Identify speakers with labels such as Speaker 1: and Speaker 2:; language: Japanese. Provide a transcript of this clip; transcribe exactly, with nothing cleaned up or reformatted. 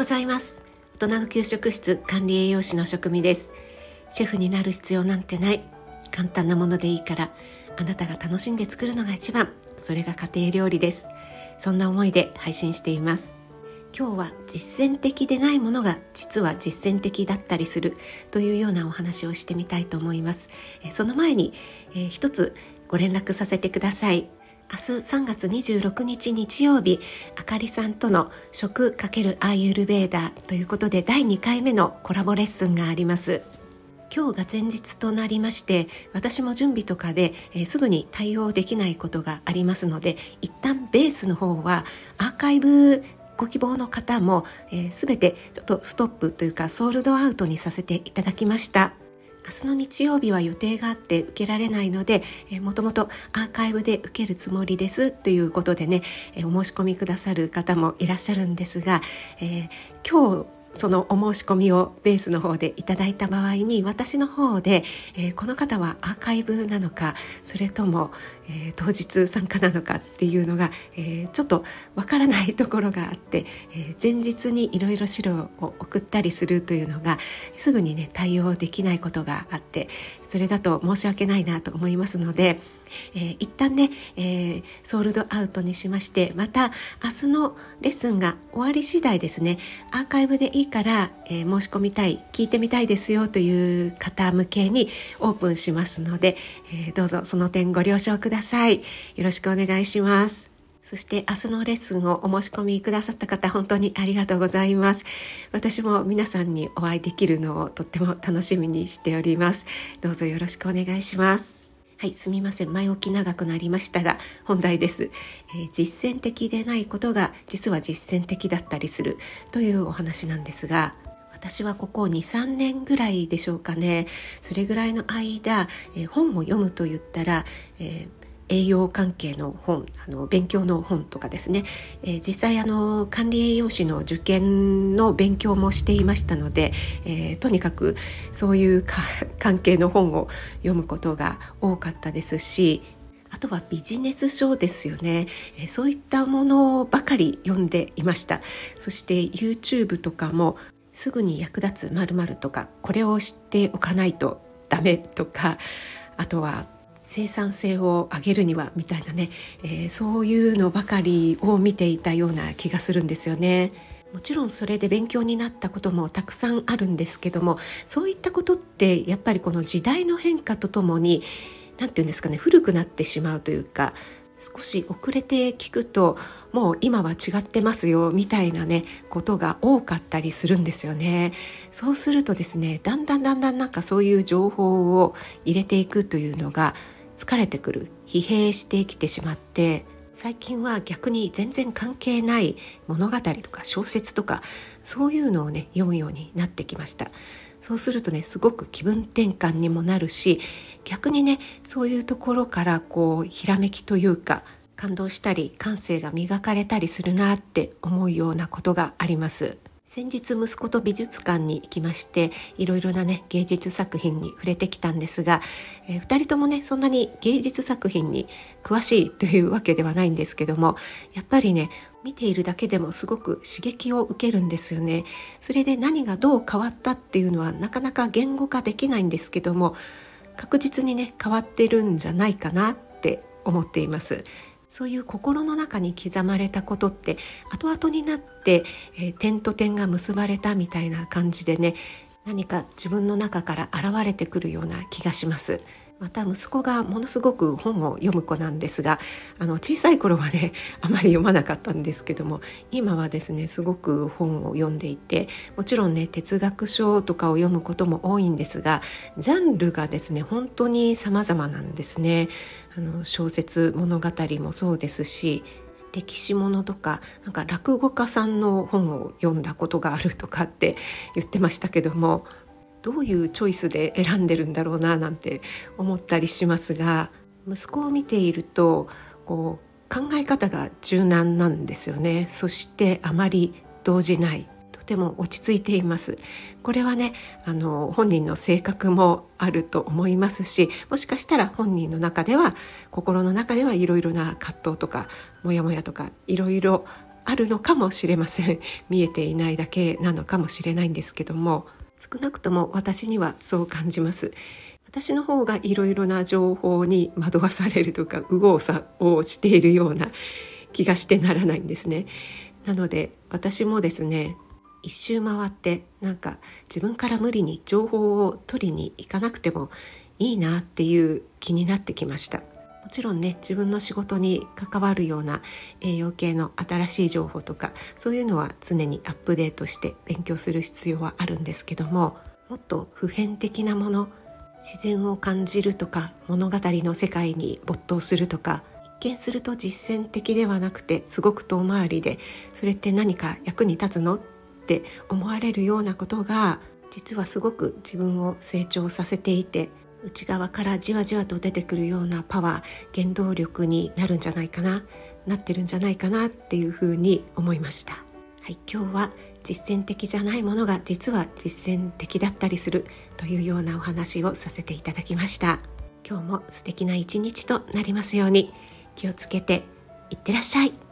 Speaker 1: ざいます。大人の給食室管理栄養士の食味です。シェフになる必要なんてない。簡単なものでいいからあなたが楽しんで作るのが一番。それが家庭料理です。そんな思いで配信しています。今日は実践的でないものが実は実践的だったりするというようなお話をしてみたいと思います。その前に、えー、一つご連絡させてください。明日さんがつにじゅうろくにち日曜日、あかりさんとの食×アーユルヴェーダということでだいにかいめのコラボレッスンがあります。今日が前日となりまして、私も準備とかで、えー、すぐに対応できないことがありますので、一旦ベースの方はアーカイブご希望の方も、えー、全てちょっとストップというかソールドアウトにさせていただきました。明日の日曜日は予定があって受けられないので、えー、もともとアーカイブで受けるつもりですということでね、えー、お申し込みくださる方もいらっしゃるんですが、えー、今日そのお申し込みをベースの方でいただいた場合に、私の方で、えー、この方はアーカイブなのか、それとも、えー、当日参加なのかっていうのが、えー、ちょっとわからないところがあって、えー、前日にいろいろ資料を送ったりするというのがすぐにね対応できないことがあって、それだと申し訳ないなと思いますので、えー、一旦ね、えー、ソールドアウトにしまして、また明日のレッスンが終わり次第ですね、アーカイブでいいから、えー、申し込みたい、聞いてみたいですよという方向けにオープンしますので、えー、どうぞその点ご了承ください。よろしくお願いします。そして明日のレッスンをお申し込みくださった方、本当にありがとうございます。私も皆さんにお会いできるのをとっても楽しみにしております。どうぞよろしくお願いします。はい、すみません。前置き長くなりましたが、本題です。えー、実践的でないことが実は実践的だったりするというお話なんですが、私はここに、さんねんぐらいでしょうかね。それぐらいの間、えー、本を読むと言ったら、えー栄養関係の本、あの勉強の本とかですね、えー、実際あの管理栄養士の受験の勉強もしていましたので、えー、とにかくそういうか関係の本を読むことが多かったですし、あとはビジネス書ですよね、えー、そういったものばかり読んでいました。そして YouTube とかもすぐに役立つ〇〇とか、これを知っておかないとダメとか、あとは生産性を上げるにはみたいなね、えー、そういうのばかりを見ていたような気がするんですよね。もちろんそれで勉強になったこともたくさんあるんですけども、そういったことってやっぱりこの時代の変化とともに、なんていうんですかね、古くなってしまうというか、少し遅れて聞くともう今は違ってますよみたいなねことが多かったりするんですよね。そうするとですね、だんだんだんだんなんかそういう情報を入れていくというのが疲れてくる、疲弊してきてしまって、最近は逆に全然関係ない物語とか小説とか、そういうのをね読むようになってきました。そうするとね、すごく気分転換にもなるし、逆にねそういうところからこうひらめきというか感動したり感性が磨かれたりするなって思うようなことがあります。先日息子と美術館に行きまして、いろいろなね芸術作品に触れてきたんですが、えー、ふたりともねそんなに芸術作品に詳しいというわけではないんですけども、やっぱりね見ているだけでもすごく刺激を受けるんですよね。それで何がどう変わったっていうのはなかなか言語化できないんですけども、確実にね変わってるんじゃないかなって思っています。そういう心の中に刻まれたことって後々になって、えー、点と点が結ばれたみたいな感じでね、何か自分の中から現れてくるような気がします。また息子がものすごく本を読む子なんですが、あの小さい頃はねあまり読まなかったんですけども、今はですねすごく本を読んでいて、もちろんね哲学書とかを読むことも多いんですが、ジャンルがですね本当に様々なんですね。あの小説物語もそうですし、歴史ものとか、なんか落語家さんの本を読んだことがあるとかって言ってましたけども、どういうチョイスで選んでるんだろうななんて思ったりしますが、息子を見ているとこう考え方が柔軟なんですよね。そしてあまり動じない、とても落ち着いています。これはねあの本人の性格もあると思いますし、もしかしたら本人の中では心の中ではいろいろな葛藤とかモヤモヤとかいろいろあるのかもしれません。見えていないだけなのかもしれないんですけども、少なくとも私にはそう感じます。私の方がいろいろな情報に惑わされるとか右往左往しているような気がしてならないんですね。なので私もですね、一周回ってなんか自分から無理に情報を取りに行かなくてもいいなっていう気になってきました。もちろんね、自分の仕事に関わるような栄養系の新しい情報とかそういうのは常にアップデートして勉強する必要はあるんですけども、もっと普遍的なもの、自然を感じるとか物語の世界に没頭するとか、一見すると実践的ではなくてすごく遠回りで、それって何か役に立つのって思われるようなことが、実はすごく自分を成長させていて、内側からじわじわと出てくるようなパワー、原動力になるんじゃないかな、なってるんじゃないかなっていうふうに思いました。はい、今日は実践的じゃないものが実は実践的だったりするというようなお話をさせていただきました。今日も素敵な一日となりますように。気をつけていってらっしゃい。